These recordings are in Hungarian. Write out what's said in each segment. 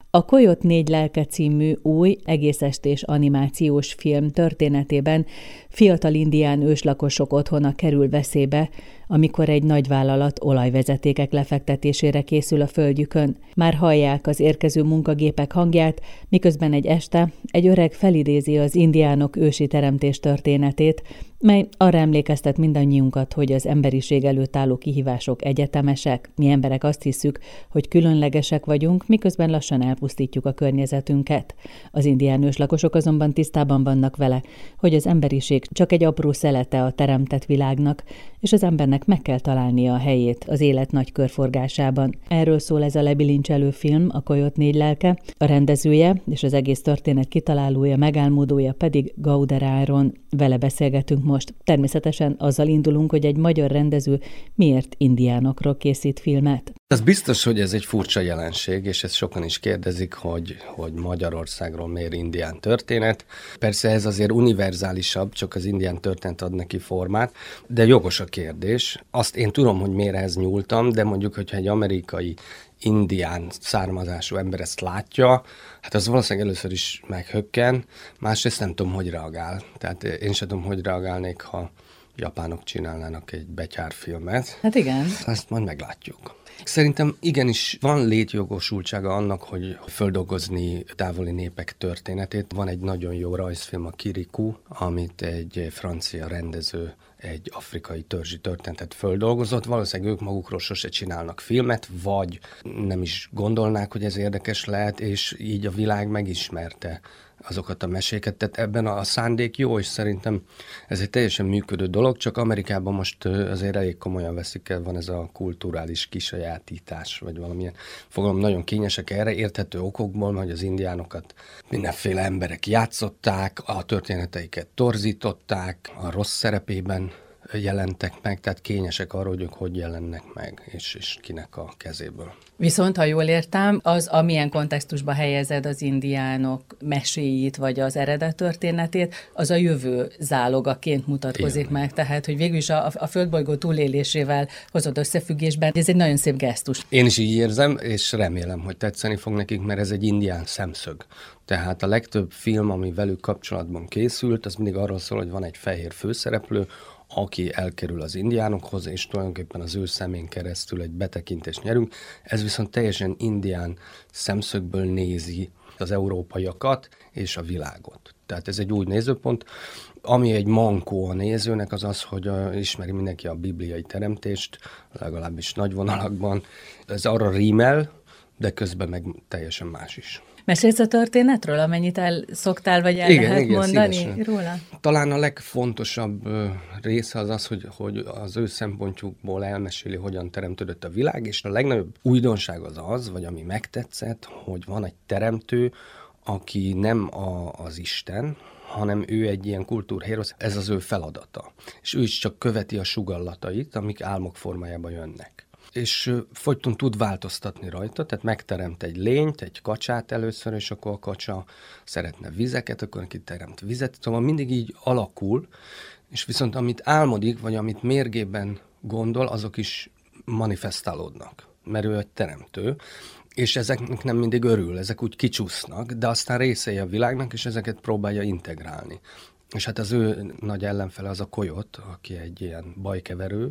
A Coyote 4 lelke című új, egészestés animációs film történetében fiatal indián őslakosok otthona kerül veszélybe, amikor egy nagyvállalat olajvezetékek lefektetésére készül a földjükön. Már hallják az érkező munkagépek hangját, miközben egy este egy öreg felidézi az indiánok ősi teremtés történetét, mely arra emlékeztet mindannyiunkat, hogy az emberiség előtt álló kihívások egyetemesek. Mi emberek azt hisszük, hogy különlegesek vagyunk, miközben lassan elpusztítjuk a környezetünket. Az indián őslakosok azonban tisztában vannak vele, hogy az emberiség csak egy apró szelete a teremtett világnak, és az embernek meg kell találnia a helyét az élet nagy körforgásában. Erről szól ez a lebilincselő film, a Coyote 4 lelke, a rendezője és az egész történet kitalálója, megálmodója pedig Gauder Áron. Vele beszélgetünk most. Természetesen azzal indulunk, hogy egy magyar rendező miért indiánokról készít filmet. Az biztos, hogy ez egy furcsa jelenség, és ezt sokan is kérdezik, hogy Magyarországról miért indián történet. Persze ez azért univerzálisabb, csak az indián történet ad neki formát, de jogos a kérdés. Azt én tudom, hogy miért ehhez nyúltam, de mondjuk, hogyha egy amerikai indián származású ember ezt látja, hát az valószínűleg először is meghökken, másrészt nem tudom, hogy reagál. Tehát én sem tudom, hogy reagálnék, ha japánok csinálnának egy betyárfilmet. Hát igen. Ezt majd meglátjuk. Szerintem igenis van létjogosultsága annak, hogy földolgozni távoli népek történetét. Van egy nagyon jó rajzfilm, a Kirikou, amit egy francia rendező egy afrikai törzsi történetet földolgozott. Valószínűleg ők magukról sose csinálnak filmet, vagy nem is gondolnák, hogy ez érdekes lehet, és így a világ megismerte azokat a meséket. Tehát ebben a szándék jó, és szerintem ez egy teljesen működő dolog, csak Amerikában most azért elég komolyan veszik el, van ez a kulturális kisajátítás, vagy valamilyen fogalom, nagyon kényesek erre, érthető okokból, hogy az indiánokat mindenféle emberek játszották, a történeteiket torzították, a rossz szerepében jelentek meg, tehát kényesek arra, hogy ők hogy jelennek meg, és kinek a kezéből. Viszont, ha jól értem, az, amilyen kontextusba helyezed az indiánok meséit, vagy az eredet történetét, az a jövő zálogaként mutatkozik Igen. meg. Tehát, hogy végül is a földbolygó túlélésével hozott összefüggésben, ez egy nagyon szép gesztus. Én is így érzem, és remélem, hogy tetszeni fog nekik, mert ez egy indián szemszög. Tehát a legtöbb film, ami velük kapcsolatban készült, az mindig arról szól, hogy van egy fehér főszereplő, aki elkerül az indiánokhoz, és tulajdonképpen az ő szemén keresztül egy betekintést nyerünk. Ez viszont teljesen indián szemszögből nézi az európaiakat és a világot. Tehát ez egy új nézőpont. Ami egy mankó a nézőnek, az az, hogy ismeri mindenki a bibliai teremtést, legalábbis nagy vonalakban. Ez arra rímel, de közben meg teljesen más is. Mesélsz a történetről, amennyit el szoktál, vagy el lehet mondani szívesen róla? Talán a legfontosabb része az, hogy az ő szempontjukból elmeséli, hogyan teremtődött a világ, és a legnagyobb újdonság az, vagy ami megtetszett, hogy van egy teremtő, aki nem az Isten, hanem ő egy ilyen kultúrhérosz, ez az ő feladata. És ő is csak követi a sugallatait, amik álmok formájában jönnek. És folyton tud változtatni rajta, tehát megteremt egy lényt, egy kacsát először, és akkor a kacsa szeretne vizeket, akkor neki teremt vizet, szóval mindig így alakul, és viszont amit álmodik, vagy amit mérgében gondol, azok is manifestálódnak, mert ő egy teremtő, és ezeknek nem mindig örül, ezek úgy kicsúsznak, de aztán részei a világnak, és ezeket próbálja integrálni. És hát az ő nagy ellenfele az a Coyote, aki egy ilyen bajkeverő,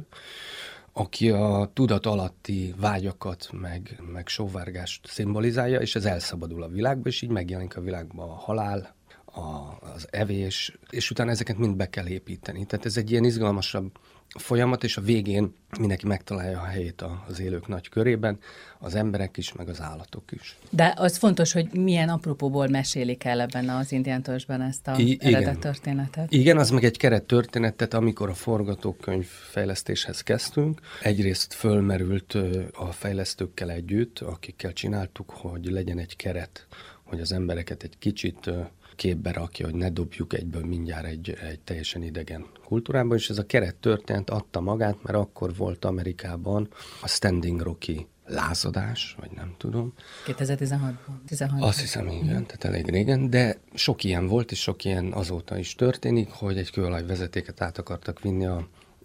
aki a tudat alatti vágyakat, meg sóvárgást szimbolizálja, és ez elszabadul a világba, és így megjelenik a világban a halál, az evés, és utána ezeket mind be kell építeni. Tehát ez egy ilyen izgalmasabb folyamat, és a végén mindenki megtalálja a helyét az élők nagy körében, az emberek is, meg az állatok is. De az fontos, hogy milyen apropóból mesélik el ebben az indián törzsben ezt az eredet történetet. Igen, az meg egy kerettörténetet, amikor a forgatókönyv fejlesztéshez kezdtünk. Egyrészt fölmerült a fejlesztőkkel együtt, akikkel csináltuk, hogy legyen egy keret, hogy az embereket egy kicsit képbe rakja, hogy ne dobjuk egyből mindjárt egy teljesen idegen kultúrába, és ez a kerettörténet adta magát, mert akkor volt Amerikában a Standing Rocky lázadás, vagy nem tudom. 2016-ban. Azt hiszem, igen, tehát elég régen, de sok ilyen volt, és sok ilyen azóta is történik, hogy egy kőolajvezetéket át akartak vinni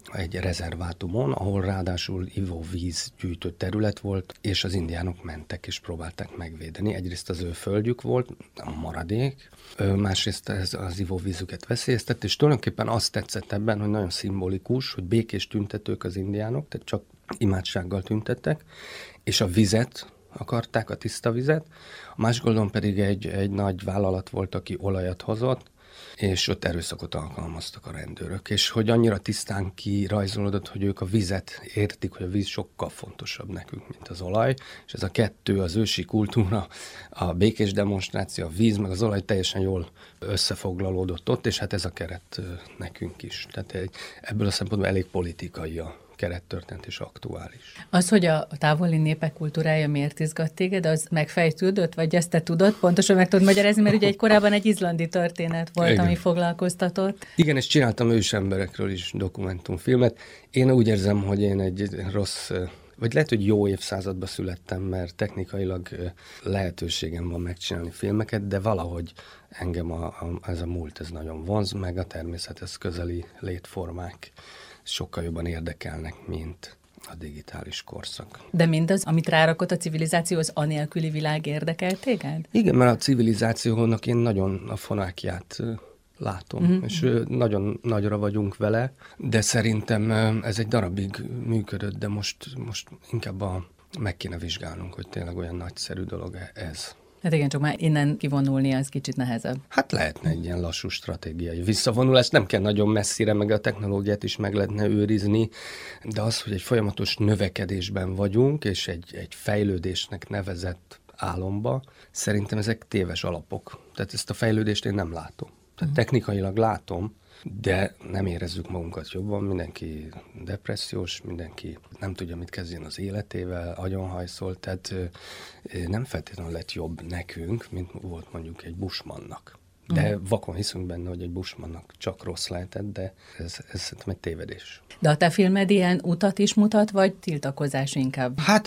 egy rezervátumon, ahol ráadásul ivóvíz gyűjtő terület volt, és az indiánok mentek és próbálták megvédeni. Egyrészt az ő földjük volt, a maradék, másrészt ez az ivóvízüket veszélyeztett, és tulajdonképpen azt tetszett ebben, hogy nagyon szimbolikus, hogy békés tüntetők az indiánok, tehát csak imádsággal tüntettek, és a vizet akarták, a tiszta vizet. A másik oldalon pedig egy nagy vállalat volt, aki olajat hozott, és ott erőszakot alkalmaztak a rendőrök, és hogy annyira tisztán kirajzolódott, hogy ők a vizet értik, hogy a víz sokkal fontosabb nekünk, mint az olaj, és ez a kettő, az ősi kultúra, a békés demonstráció, a víz, meg az olaj teljesen jól összefoglalódott ott, és hát ez a keret nekünk is. Tehát ebből a szempontból elég politikai a kerettörténet és aktuális. Az, hogy a távoli népek kultúrája miért izgat téged, az megfejtődött, vagy ezt te tudod? Pontosan meg tudod magyarázni, mert ugye korábban egy izlandi történet volt, igen, ami foglalkoztatott. Igen, és csináltam ősemberekről is dokumentumfilmet. Én úgy érzem, hogy én egy rossz, vagy lehet, hogy jó évszázadban születtem, mert technikailag lehetőségem van megcsinálni filmeket, de valahogy engem ez a múlt, ez nagyon vonz, meg a természethez közeli létformák sokkal jobban érdekelnek, mint a digitális korszak. De mindaz, amit rárakott a civilizáció, az anélküli világ érdekel téged? Igen, mert a civilizációnak én nagyon a fonákját látom, és nagyon nagyra vagyunk vele, de szerintem ez egy darabig működött, de most inkább meg kéne vizsgálnunk, hogy tényleg olyan nagyszerű dolog ez. Hát igen, csak már innen kivonulni az kicsit nehezebb. Hát lehetne egy ilyen lassú stratégiai visszavonulás, nem kell nagyon messzire, meg a technológiát is meg lehetne őrizni, de az, hogy egy folyamatos növekedésben vagyunk, és egy fejlődésnek nevezett álomba, szerintem ezek téves alapok. Tehát ezt a fejlődést én nem látom. Tehát technikailag látom, de nem érezzük magunkat jobban, mindenki depressziós, mindenki nem tudja, mit kezdjen az életével, agyonhajszol, tehát nem feltétlenül lett jobb nekünk, mint volt mondjuk egy Bushmannak. De vakon hiszünk benne, hogy egy Bushmannak csak rossz lehetett, de ez szerintem egy tévedés. De a te filmed ilyen utat is mutat, vagy tiltakozás inkább? Hát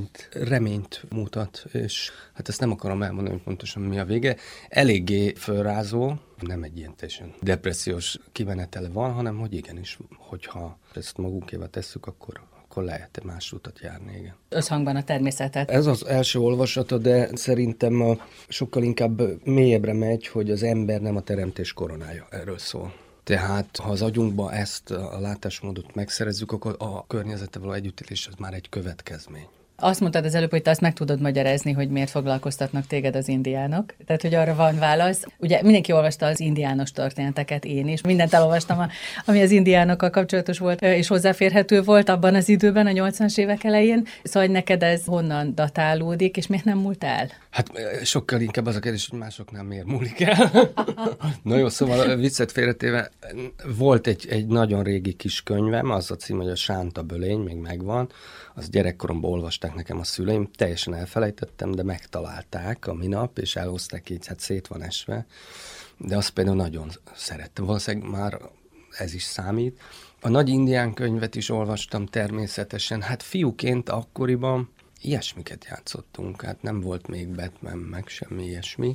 reményt mutat, és hát ezt nem akarom elmondani, hogy pontosan mi a vége. Eléggé fölrázó, nem egy ilyen teljesen depressziós kimenetele van, hanem hogy igenis, hogyha ezt magunkévá tesszük, akkor lehet más utat járni, igen. Összhangban a természetet. Ez az első olvasata, de szerintem sokkal inkább mélyebbre megy, hogy az ember nem a teremtés koronája, erről szól. Tehát, ha az agyunkba ezt a látásmódot megszerezzük, akkor a környezettel való együttélés az már egy következmény. Azt mondtad az előbb, hogy te azt meg tudod magyarázni, hogy miért foglalkoztatnak téged az indiánok. Tehát, hogy arra van válasz. Ugye mindenki olvasta az indiános történeteket, én is. Mindent elolvastam, ami az indiánokkal kapcsolatos volt, és hozzáférhető volt abban az időben, a 80-as évek elején. Szóval, hogy neked ez honnan datálódik, és miért nem múlt el? Hát sokkal inkább az a kérdés, hogy másoknál miért múlik el. Na jó, szóval viccet félretéve, volt egy nagyon régi kis könyvem, az a cím, hogy a Sánta bölény, még megvan. Az gyerekkoromban olvasták nekem a szüleim, teljesen elfelejtettem, de megtalálták a minap, és elhozták így, hát szét van esve. De azt például nagyon szerettem. Valószínűleg már ez is számít. A Nagy indián könyvet is olvastam természetesen. Hát fiúként akkoriban ilyesmiket játszottunk, hát nem volt még Batman, meg semmi ilyesmi.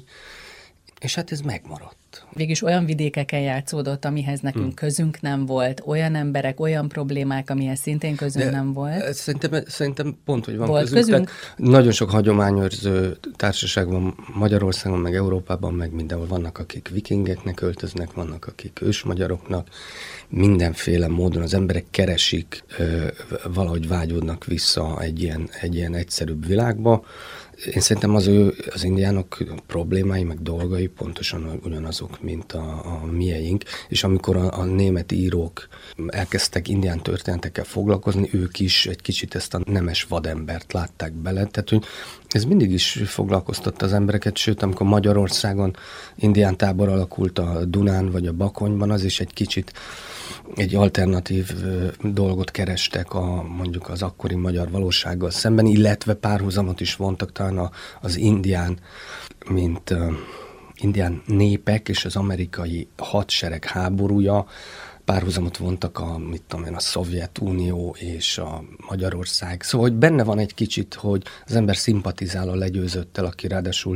És hát ez megmaradt. Végülis olyan vidékeken játszódott, amihez nekünk közünk nem volt, olyan emberek, olyan problémák, amihez szintén közünk nem volt. Szerintem pont, hogy van közünk. Nagyon sok hagyományőrző társaság van Magyarországon, meg Európában, meg mindenhol vannak, akik vikingeknek öltöznek, vannak, akik ősmagyaroknak. Mindenféle módon az emberek keresik, valahogy vágyódnak vissza egy ilyen egyszerűbb világba. Én szerintem az indiánok problémái, meg dolgai pontosan ugyanazok, mint a mieink, és amikor a német írók elkezdtek indián történetekkel foglalkozni, ők is egy kicsit ezt a nemes vadembert látták bele, tehát hogy ez mindig is foglalkoztatta az embereket, sőt, amikor Magyarországon indián tábor alakult a Dunán vagy a Bakonyban, az is egy kicsit egy alternatív dolgot kerestek mondjuk az akkori magyar valósággal szemben, illetve párhuzamot is vontak talán az indián, mint indián népek és az amerikai hadsereg háborúja, párhuzamot vontak a Szovjetunió és a Magyarország. Szóval, hogy benne van egy kicsit, hogy az ember szimpatizál a legyőzöttel, aki ráadásul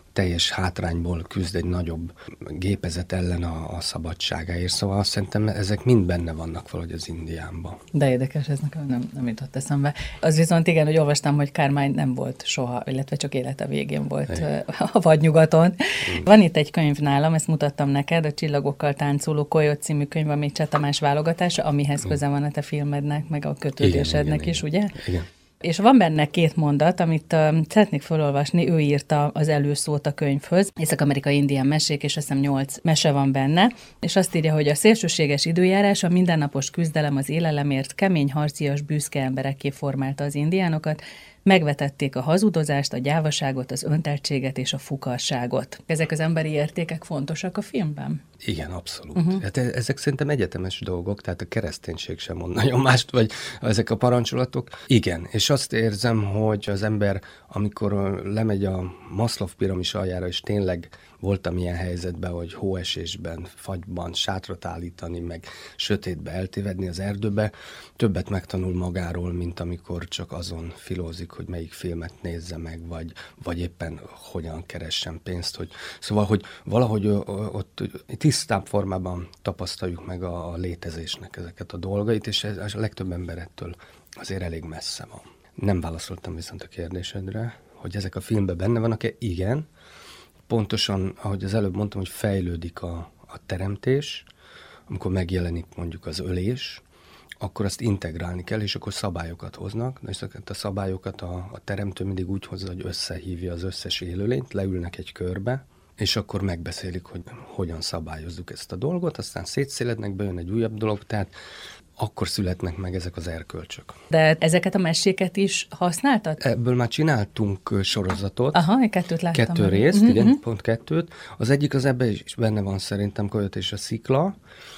teljes hátrányból küzd egy nagyobb gépezet ellen a szabadságáért. Szóval azt szerintem ezek mind benne vannak valahogy az Indiánban. De érdekes, ez nekem nem jutott eszembe. Az viszont igen, hogy olvastam, hogy Carmine nem volt soha, illetve csak élete végén volt a vadnyugaton. Van itt egy könyv nálam, ezt mutattam neked, a Csillagokkal táncoló Coyote című könyv, ami Cseh Tamás válogatása, amihez köze van a te filmednek, meg a kötődésednek is, ugye? Igen. És van benne 2 mondat, amit szeretnék felolvasni, ő írta az előszót a könyvhöz. Észak-amerikai indián mesék, és azt hiszem 8 mese van benne, és azt írja, hogy a szélsőséges időjárás, a mindennapos küzdelem az élelemért kemény, harcias, büszke emberekké formálta az indiánokat, megvetették a hazudozást, a gyávaságot, az önteltséget és a fukarságot. Ezek az emberi értékek fontosak a filmben? Igen, abszolút. Hát ezek szerintem egyetemes dolgok, tehát a kereszténység sem mond nagyon mást, vagy ezek a parancsolatok. Igen, és azt érzem, hogy az ember, amikor lemegy a Maslow piramis aljára, és tényleg voltam ilyen helyzetben, hogy hóesésben, fagyban sátrat állítani, meg sötétbe eltévedni az erdőbe, többet megtanul magáról, mint amikor csak azon filózik, hogy melyik filmet nézze meg, vagy éppen hogyan keressen pénzt. Szóval, hogy valahogy ott tisztább formában tapasztaljuk meg a létezésnek ezeket a dolgait, és ez a legtöbb ember ettől azért elég messze van. Nem válaszoltam viszont a kérdésedre, hogy ezek a filmben benne vannak-e? Igen. Pontosan, ahogy az előbb mondtam, hogy fejlődik a teremtés, amikor megjelenik mondjuk az ölés, akkor azt integrálni kell, és akkor szabályokat hoznak, és a szabályokat a teremtő mindig úgy hozza, hogy összehívja az összes élőlényt, leülnek egy körbe, és akkor megbeszélik, hogy hogyan szabályozzuk ezt a dolgot, aztán szétszélednek, bejön egy újabb dolog, tehát akkor születnek meg ezek az erkölcsök. De ezeket a meséket is használtad? Ebből már csináltunk sorozatot. Aha, 2 láttam. 2 részt, igen, pont 2. Az egyik az ebben is benne van szerintem, Coyote és a szikla,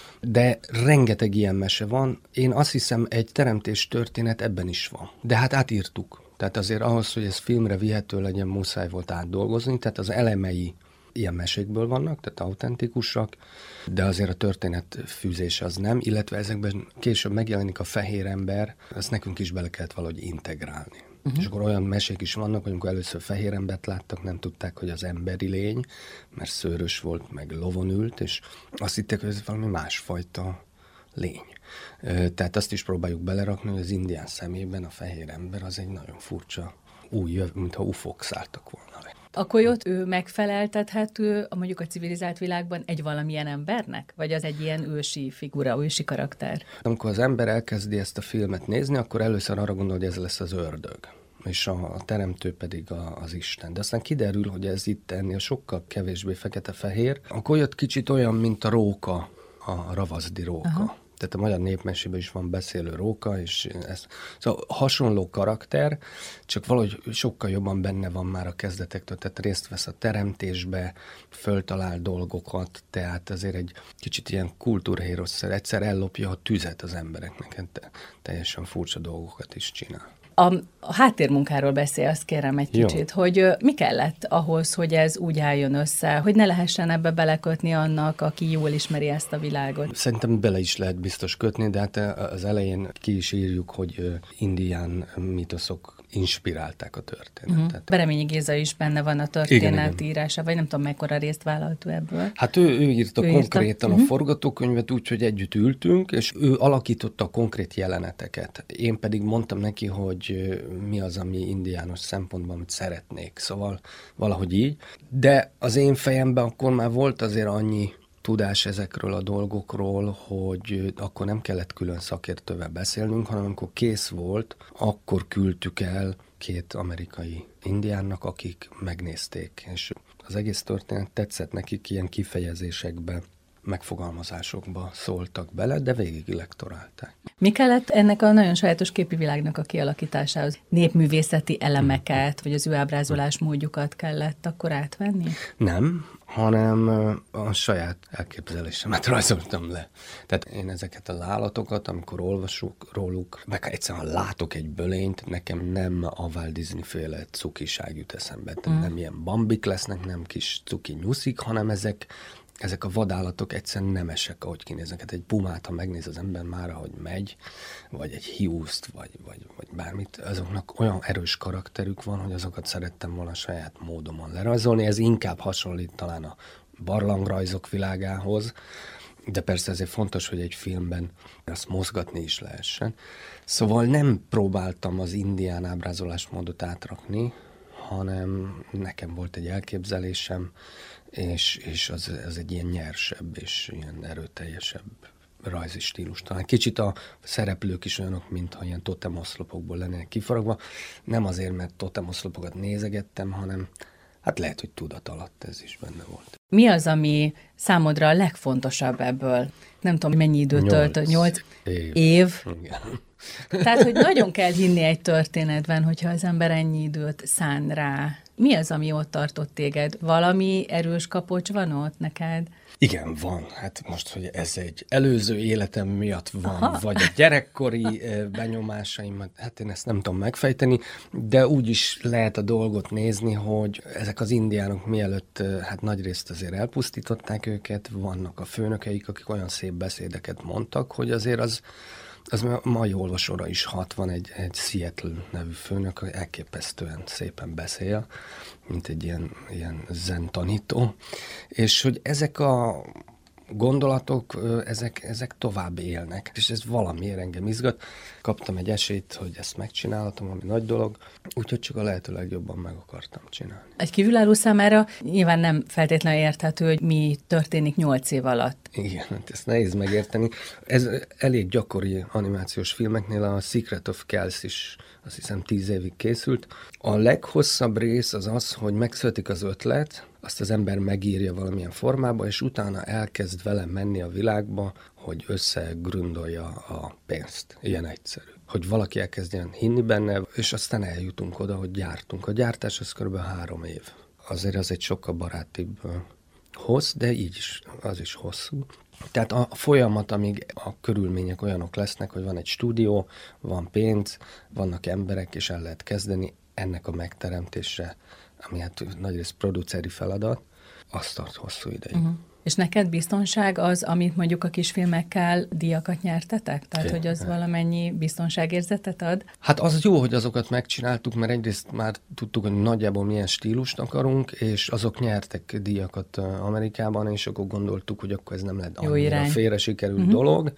de rengeteg ilyen mese van. Én azt hiszem, egy teremtés történet ebben is van. De hát átírtuk. Tehát azért ahhoz, hogy ez filmre vihető legyen, muszáj volt átdolgozni, tehát az elemei ilyen mesékből vannak, tehát autentikusak, de azért a történet fűzés az nem, illetve ezekben később megjelenik a fehér ember, ezt nekünk is bele kellett valahogy integrálni. És akkor olyan mesék is vannak, hogy amikor először fehér embert láttak, nem tudták, hogy az emberi lény, mert szőrös volt, meg lovon ült, és azt hitték, hogy ez valami másfajta lény. Tehát azt is próbáljuk belerakni, hogy az indián szemében a fehér ember az egy nagyon furcsa új, mintha ufók szálltak volna. A Coyote, ő megfeleltethető mondjuk a civilizált világban egy valamilyen embernek? Vagy az egy ilyen ősi figura, ősi karakter? Amikor az ember elkezdi ezt a filmet nézni, akkor először arra gondol, hogy ez lesz az ördög, és a teremtő pedig az Isten. De aztán kiderül, hogy ez itt ennél sokkal kevésbé fekete-fehér. A Coyote kicsit olyan, mint a róka, a ravaszdi róka. Aha. Tehát a magyar népmesében is van beszélő róka, és ez szóval hasonló karakter, csak valahogy sokkal jobban benne van már a kezdetektől, tehát részt vesz a teremtésbe, föltalál dolgokat, tehát azért egy kicsit ilyen kultúrhérosszer, egyszer ellopja a tüzet az embereknek, hát teljesen furcsa dolgokat is csinál. A háttérmunkáról beszélsz, kérem egy kicsit, hogy mi kellett ahhoz, hogy ez úgy álljon össze, hogy ne lehessen ebbe belekötni annak, aki jól ismeri ezt a világot? Szerintem bele is lehet biztos kötni, de hát az elején ki is írjuk, hogy indián mítoszok inspirálták a történetet. Bereményi Géza is benne van a történet írása, vagy nem tudom, mekkora részt vállalt ő ebből. Hát ő írta konkrétan a forgatókönyvet úgy, hogy együtt ültünk, és ő alakította a konkrét jeleneteket. Én pedig mondtam neki, hogy mi az, ami indiános szempontban, amit szeretnék. Szóval valahogy így. De az én fejemben akkor már volt azért annyi tudás ezekről a dolgokról, hogy akkor nem kellett külön szakértővel beszélnünk, hanem amikor kész volt, akkor küldtük el 2 amerikai indiánnak, akik megnézték, és az egész történet tetszett nekik, ilyen kifejezésekbe, megfogalmazásokba szóltak bele, de végig lektorálták. Mi kellett ennek a nagyon sajátos képi világnak a kialakításához? Népművészeti elemeket, vagy az ő ábrázolás módjukat kellett akkor átvenni? Nem, hanem a saját elképzelésemet rajzoltam le. Tehát én ezeket az állatokat, amikor olvasok róluk, meg egyszerűen látok egy bölényt, nekem nem a Walt Disney-féle cukiság jut eszembe. Nem ilyen bambik lesznek, nem kis cuki nyuszik, hanem ezek ezek a vadállatok egyszerűen nemesek, ahogy kinéznek. Hát egy pumát, ha megnéz az ember már, ahogy megy, vagy egy hiúzt, vagy bármit, azoknak olyan erős karakterük van, hogy azokat szerettem volna saját módomon lerajzolni. Ez inkább hasonlít talán a barlangrajzok világához, de persze ezért fontos, hogy egy filmben azt mozgatni is lehessen. Szóval nem próbáltam az indián ábrázolásmódot átrakni, hanem nekem volt egy elképzelésem, és az egy ilyen nyersebb és ilyen erőteljesebb rajzi stílus. Talán kicsit a szereplők is olyanok, mintha ilyen totemoszlopokból lennének kifaragva. Nem azért, mert totemoszlopokat nézegettem, hanem hát lehet, hogy tudat alatt ez is benne volt. Mi az, ami számodra a legfontosabb ebből? Nem tudom, mennyi időt tölt? 8 év? Igen. Tehát, hogy nagyon kell hinni egy történetben, hogyha az ember ennyi időt szán rá. Mi az, ami ott tartott téged? Valami erős kapocs van ott neked? Igen, van. Hát most, hogy ez egy előző életem miatt van, vagy a gyerekkori benyomásaimat, hát én ezt nem tudom megfejteni, de úgy is lehet a dolgot nézni, hogy ezek az indiánok mielőtt, hát nagyrészt azért elpusztították őket, vannak a főnökeik, akik olyan szép beszédeket mondtak, hogy azért az mai olvasóra is hat. Van egy Seattle nevű főnök, hogy elképesztően szépen beszél, mint egy ilyen zen tanító, és hogy ezek a gondolatok, ezek tovább élnek, és ez valamiért engem izgat. Kaptam egy esélyt, hogy ezt megcsinálhatom, ami nagy dolog, úgyhogy csak a lehető legjobban meg akartam csinálni. Egy kívülálló számára nyilván nem feltétlenül érthető, hogy mi történik 8 év alatt. Igen, ezt nehéz megérteni. Ez elég gyakori animációs filmeknél, a Secret of Kells is azt hiszem 10 évig készült. A leghosszabb rész az, hogy megszületik az ötlet, azt az ember megírja valamilyen formába, és utána elkezd vele menni a világba, hogy összegründolja a pénzt. Ilyen egyszerű. Hogy valaki elkezdjen hinni benne, és aztán eljutunk oda, hogy gyártunk. A gyártás az kb. 3 év. Azért az egy sokkal barátibb hossz, de így is, az is hosszú. Tehát a folyamat, amíg a körülmények olyanok lesznek, hogy van egy stúdió, van pénz, vannak emberek, és el lehet kezdeni, ennek a megteremtése, ami hát nagyrészt produceri feladat, az tart hosszú ideig. Uh-huh. És neked biztonság az, amit mondjuk a kisfilmekkel díjakat nyertetek? Tehát, hogy az valamennyi biztonságérzetet ad? Hát az jó, hogy azokat megcsináltuk, mert egyrészt már tudtuk, hogy nagyjából milyen stílust akarunk, és azok nyertek díjakat Amerikában, és akkor gondoltuk, hogy akkor ez nem lett annyira félre sikerült dolog,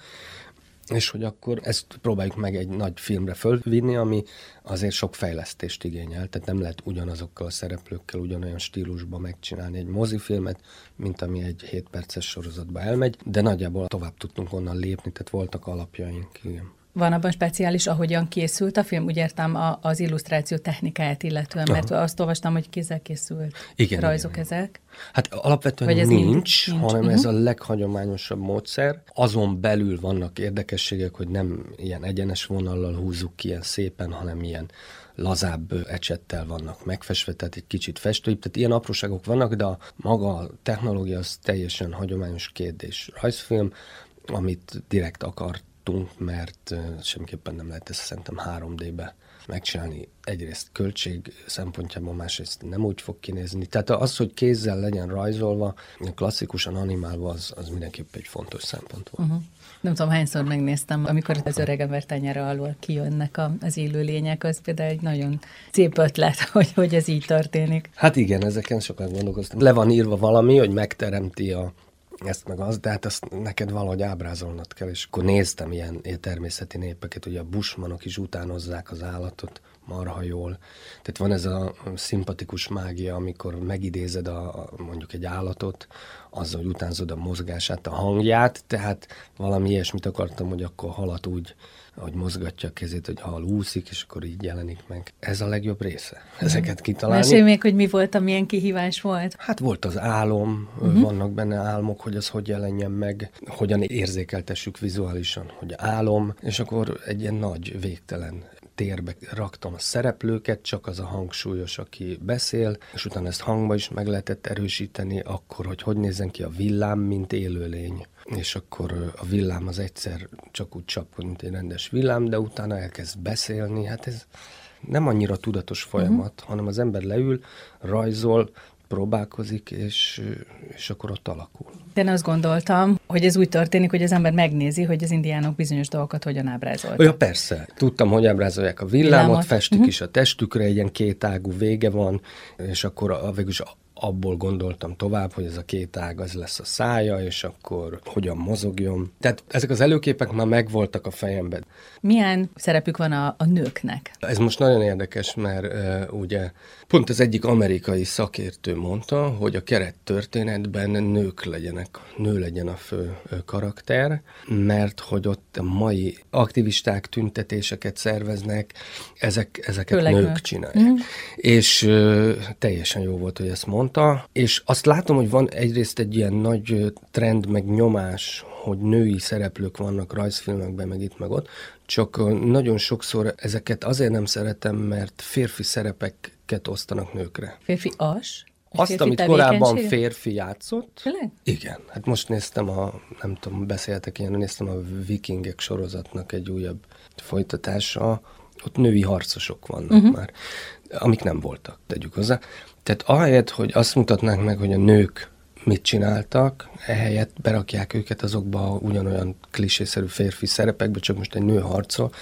és hogy akkor ezt próbáljuk meg egy nagy filmre fölvinni, ami azért sok fejlesztést igényel, tehát nem lehet ugyanazokkal a szereplőkkel ugyanolyan stílusban megcsinálni egy mozifilmet, mint ami egy 7 perces sorozatba elmegy, de nagyjából tovább tudtunk onnan lépni, tehát voltak alapjaink, igen. Van abban speciális, ahogyan készült a film? Úgy értem az illusztráció technikáját illetően, mert azt olvastam, hogy kézzel készült rajzok ezek. Hát alapvetően nincs, hanem ez a leghagyományosabb módszer. Azon belül vannak érdekességek, hogy nem ilyen egyenes vonallal húzzuk ki ilyen szépen, hanem ilyen lazább ecsettel vannak megfestve, tehát egy kicsit festőibb. Tehát ilyen apróságok vannak, de maga a technológia az teljesen hagyományos 2D-s rajzfilm, amit direkt akart, mert semmiképpen nem lehet ezt szerintem 3D-be megcsinálni. Egyrészt költség szempontjából, másrészt nem úgy fog kinézni. Tehát az, hogy kézzel legyen rajzolva, klasszikusan animálva, az mindenképp egy fontos szempont volt. Uh-huh. Nem tudom, hányszor megnéztem, amikor az öregember tenyere alól kijönnek az élőlények, az például egy nagyon szép ötlet, hogy ez így történik. Hát igen, ezeken sokat gondolkoztam. Le van írva valami, hogy megteremti ezt meg azt, de hát azt neked valahogy ábrázolnod kell, és akkor néztem ilyen természeti népeket, ugye a bushmanok is utánozzák az állatot marha jól. Tehát van ez a szimpatikus mágia, amikor megidézed mondjuk egy állatot, azzal, hogy utánzod a mozgását, a hangját, tehát valami ilyesmit akartam, hogy akkor a halat úgy, ahogy mozgatja a kezét, hogy a hal úszik, és akkor így jelenik meg. Ez a legjobb része, ezeket kitalálni. Mesélj még, hogy mi volt, milyen kihívás volt? Hát volt az álom, vannak benne álmok, hogy az hogy jelenjen meg, hogyan érzékeltessük vizuálisan, hogy álom, és akkor egy ilyen nagy, végtelen térbe raktam a szereplőket, csak az a hangsúlyos, aki beszél, és utána ezt hangba is meg lehetett erősíteni, akkor, hogy nézzen ki a villám, mint élőlény. És akkor a villám az egyszer csak úgy csap, mint egy rendes villám, de utána elkezd beszélni. Hát ez nem annyira tudatos folyamat, hanem az ember leül, rajzol, próbálkozik, és akkor ott alakul. Én azt gondoltam, hogy ez úgy történik, hogy az ember megnézi, hogy az indiánok bizonyos dolgokat hogyan ábrázoltak. Ja, persze. Tudtam, hogy ábrázolják a villámot, festik is a testükre, egy ilyen kétágú vége van, és akkor végülis abból gondoltam tovább, hogy ez a két ág az lesz a szája, és akkor hogyan mozogjon. Tehát ezek az előképek már megvoltak a fejemben. Milyen szerepük van a nőknek? Ez most nagyon érdekes, mert ugye pont az egyik amerikai szakértő mondta, hogy a kerettörténetben nő legyen a fő karakter, mert hogy ott a mai aktivisták tüntetéseket szerveznek, ezeket főleg nők csinálják. És teljesen jó volt, hogy ezt mondta. És azt látom, hogy van egyrészt egy ilyen nagy trend, meg nyomás, hogy női szereplők vannak rajzfilmekben, meg itt, meg ott, csak nagyon sokszor ezeket azért nem szeretem, mert férfi szerepeket osztanak nőkre. Férfi as? Azt, amit korábban férfi játszott. Tényleg? Igen. Hát most néztem nem tudom, beszéltek ilyen, néztem a Vikingek sorozatnak egy újabb folytatása, ott női harcosok vannak már, amik nem voltak, tegyük hozzá. Tehát ahelyett, hogy azt mutatnák meg, hogy a nők mit csináltak, ehelyett berakják őket azokba ugyanolyan klisészerű férfi szerepekbe, csak most egy nő harcol,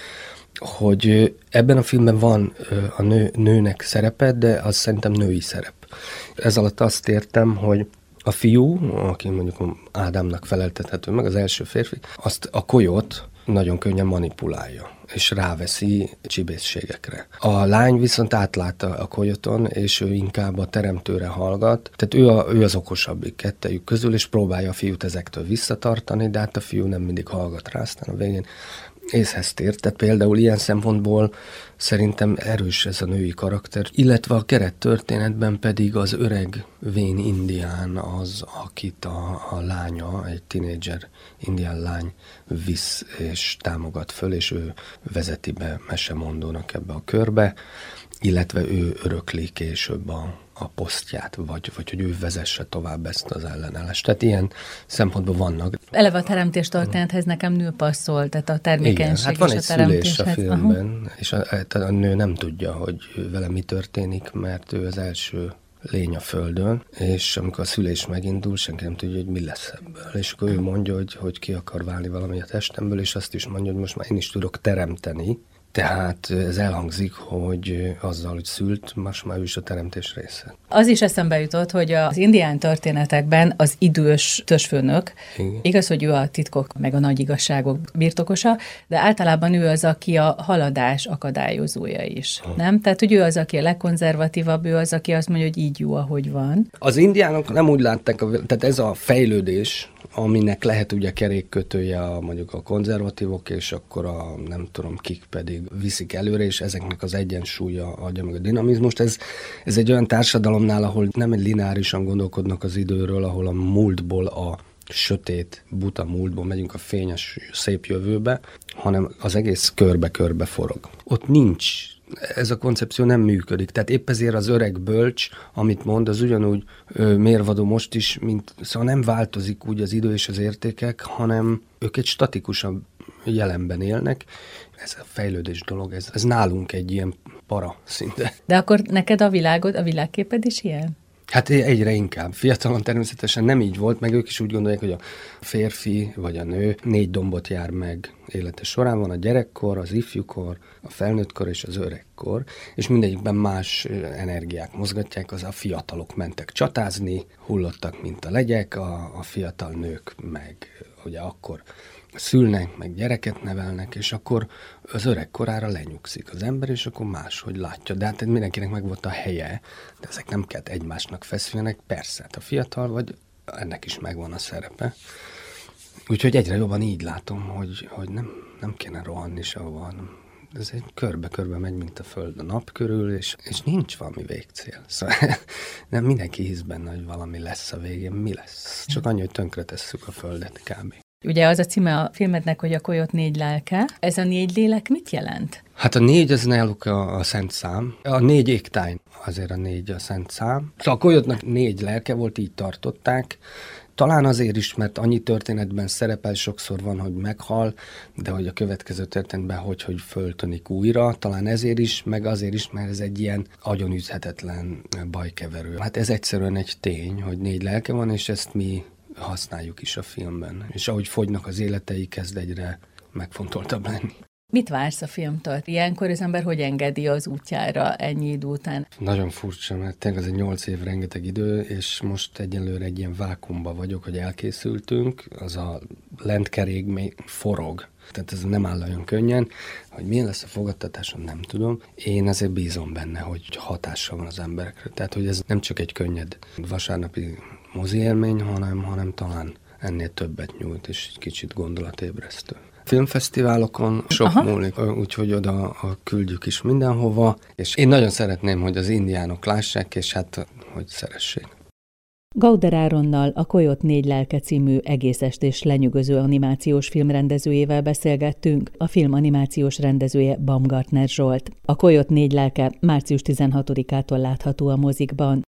hogy ebben a filmben van a nőnek szerepe, de az szerintem női szerep. Ez alatt azt értem, hogy a fiú, aki mondjuk Ádámnak feleltethető meg, az első férfi, azt a kolyót nagyon könnyen manipulálja, és ráveszi csibészségekre. A lány viszont átlátta a kojoton, és ő inkább a teremtőre hallgat, tehát ő az okosabbik kettejük közül, és próbálja a fiút ezektől visszatartani, de hát a fiú nem mindig hallgat rá, aztán a végén észhez tér. Tehát például ilyen szempontból szerintem erős ez a női karakter, illetve a kerettörténetben pedig az öreg vén indián az, akit a lánya, egy tinédzser indián lány visz és támogat föl, és ő vezeti be mesemondónak ebbe a körbe, illetve ő örökli később a posztját, vagy hogy ő vezesse tovább ezt az ellenállást. Tehát ilyen szempontból vannak. Eleve a teremtés történethez nekem nő passzol, tehát a termékenység. Igen, hát van és egy a szülés a filmben, és a nő nem tudja, hogy vele mi történik, mert ő az első lény a földön, és amikor a szülés megindul, senki nem tudja, hogy mi lesz ebből. És akkor ő mondja, hogy ki akar válni valami a testemből, és azt is mondja, hogy most már én is tudok teremteni. Tehát ez elhangzik, hogy azzal, hogy szült, most már ő is a teremtés része. Az is eszembe jutott, hogy az indián történetekben az idős törzsfőnök, igaz, hogy ő a titkok meg a nagy igazságok birtokosa, de általában ő az, aki a haladás akadályozója is, nem? Tehát, hogy ő az, aki a legkonzervatívabb, ő az, aki azt mondja, hogy így jó, ahogy van. Az indiánok nem úgy látták, tehát ez a fejlődés, aminek lehet ugye kerékkötője mondjuk a konzervatívok, és akkor a nem tudom kik pedig viszik előre, és ezeknek az egyensúlya adja meg a dinamizmust. Ez egy olyan társadalomnál, ahol nem egy lineárisan gondolkodnak az időről, ahol a múltból a sötét, buta múltból megyünk a fényes, szép jövőbe, hanem az egész körbe-körbe forog. Ott nincs, ez a koncepció nem működik. Tehát épp ezért az öreg bölcs, amit mond, az ugyanúgy mérvadó most is, szóval nem változik úgy az idő és az értékek, hanem ők egy statikusabb jelenben élnek. Ez a fejlődés dolog, ez nálunk egy ilyen para szinte. De akkor neked a világképed is ilyen? Hát egyre inkább. Fiatalon természetesen nem így volt, meg ők is úgy gondolják, hogy a férfi vagy a nő 4 dombot jár meg élete során. Van a gyerekkor, az ifjúkor, a felnőttkor és az öregkor, és mindegyikben más energiák mozgatják. Az a fiatalok mentek csatázni, hullottak, mint a legyek, a fiatal nők meg ugye akkor szülnek, meg gyereket nevelnek, és akkor az öregkorára lenyugszik az ember, és akkor máshogy látja. De hát mindenkinek meg volt a helye, de ezek nem kellett egymásnak feszüljenek. Persze, hát a fiatal vagy, ennek is megvan a szerepe. Úgyhogy egyre jobban így látom, hogy nem kéne rohanni sehova. Ez egy körbe-körbe megy, mint a Föld a nap körül, és nincs valami végcél. Szóval nem mindenki hisz benne, hogy valami lesz a végén. Mi lesz? Csak annyi, hogy tönkretesszük a Földet kb. Ugye az a címe a filmednek, hogy a Kolyot 4 lelke. Ez a 4 lélek mit jelent? Hát a 4 az náluk a szent szám. A 4 égtáj, azért a 4 a szent szám. Szóval a Kolyotnak 4 lelke volt, így tartották. Talán azért is, mert annyi történetben szerepel, sokszor van, hogy meghal, de hogy a következő történetben hogy föltönik újra. Talán ezért is, meg azért is, mert ez egy ilyen agyonüzhetetlen bajkeverő. Hát ez egyszerűen egy tény, hogy 4 lelke van, és ezt mi használjuk is a filmben. És ahogy fogynak az életei, kezd egyre megfontoltabb lenni. Mit vársz a filmtől? Ilyenkor az ember hogy engedi az útjára ennyi idő után? Nagyon furcsa, mert tényleg az egy 8 év rengeteg idő, és most egyelőre egy ilyen vákuumban vagyok, hogy elkészültünk, az a lentkerék még forog. Tehát ez nem áll olyan könnyen, hogy milyen lesz a fogadtatáson, nem tudom. Én azért bízom benne, hogy hatással van az emberekre. Tehát, hogy ez nem csak egy könnyed vasárnapi mozi élmény, hanem talán ennél többet nyújt, és egy kicsit gondolatébresztő. Filmfesztiválokon sok múlik, úgyhogy oda küldjük is mindenhova, és én nagyon szeretném, hogy az indiánok lássák, és hát, hogy szeressék. Gauder Áronnal, a Kolyot 4 lelke című egész estés lenyűgöző animációs film rendezőjével beszélgettünk, a film animációs rendezője Baumgartner Zsolt. A Kolyot 4 lelke március 16-ától látható a mozikban.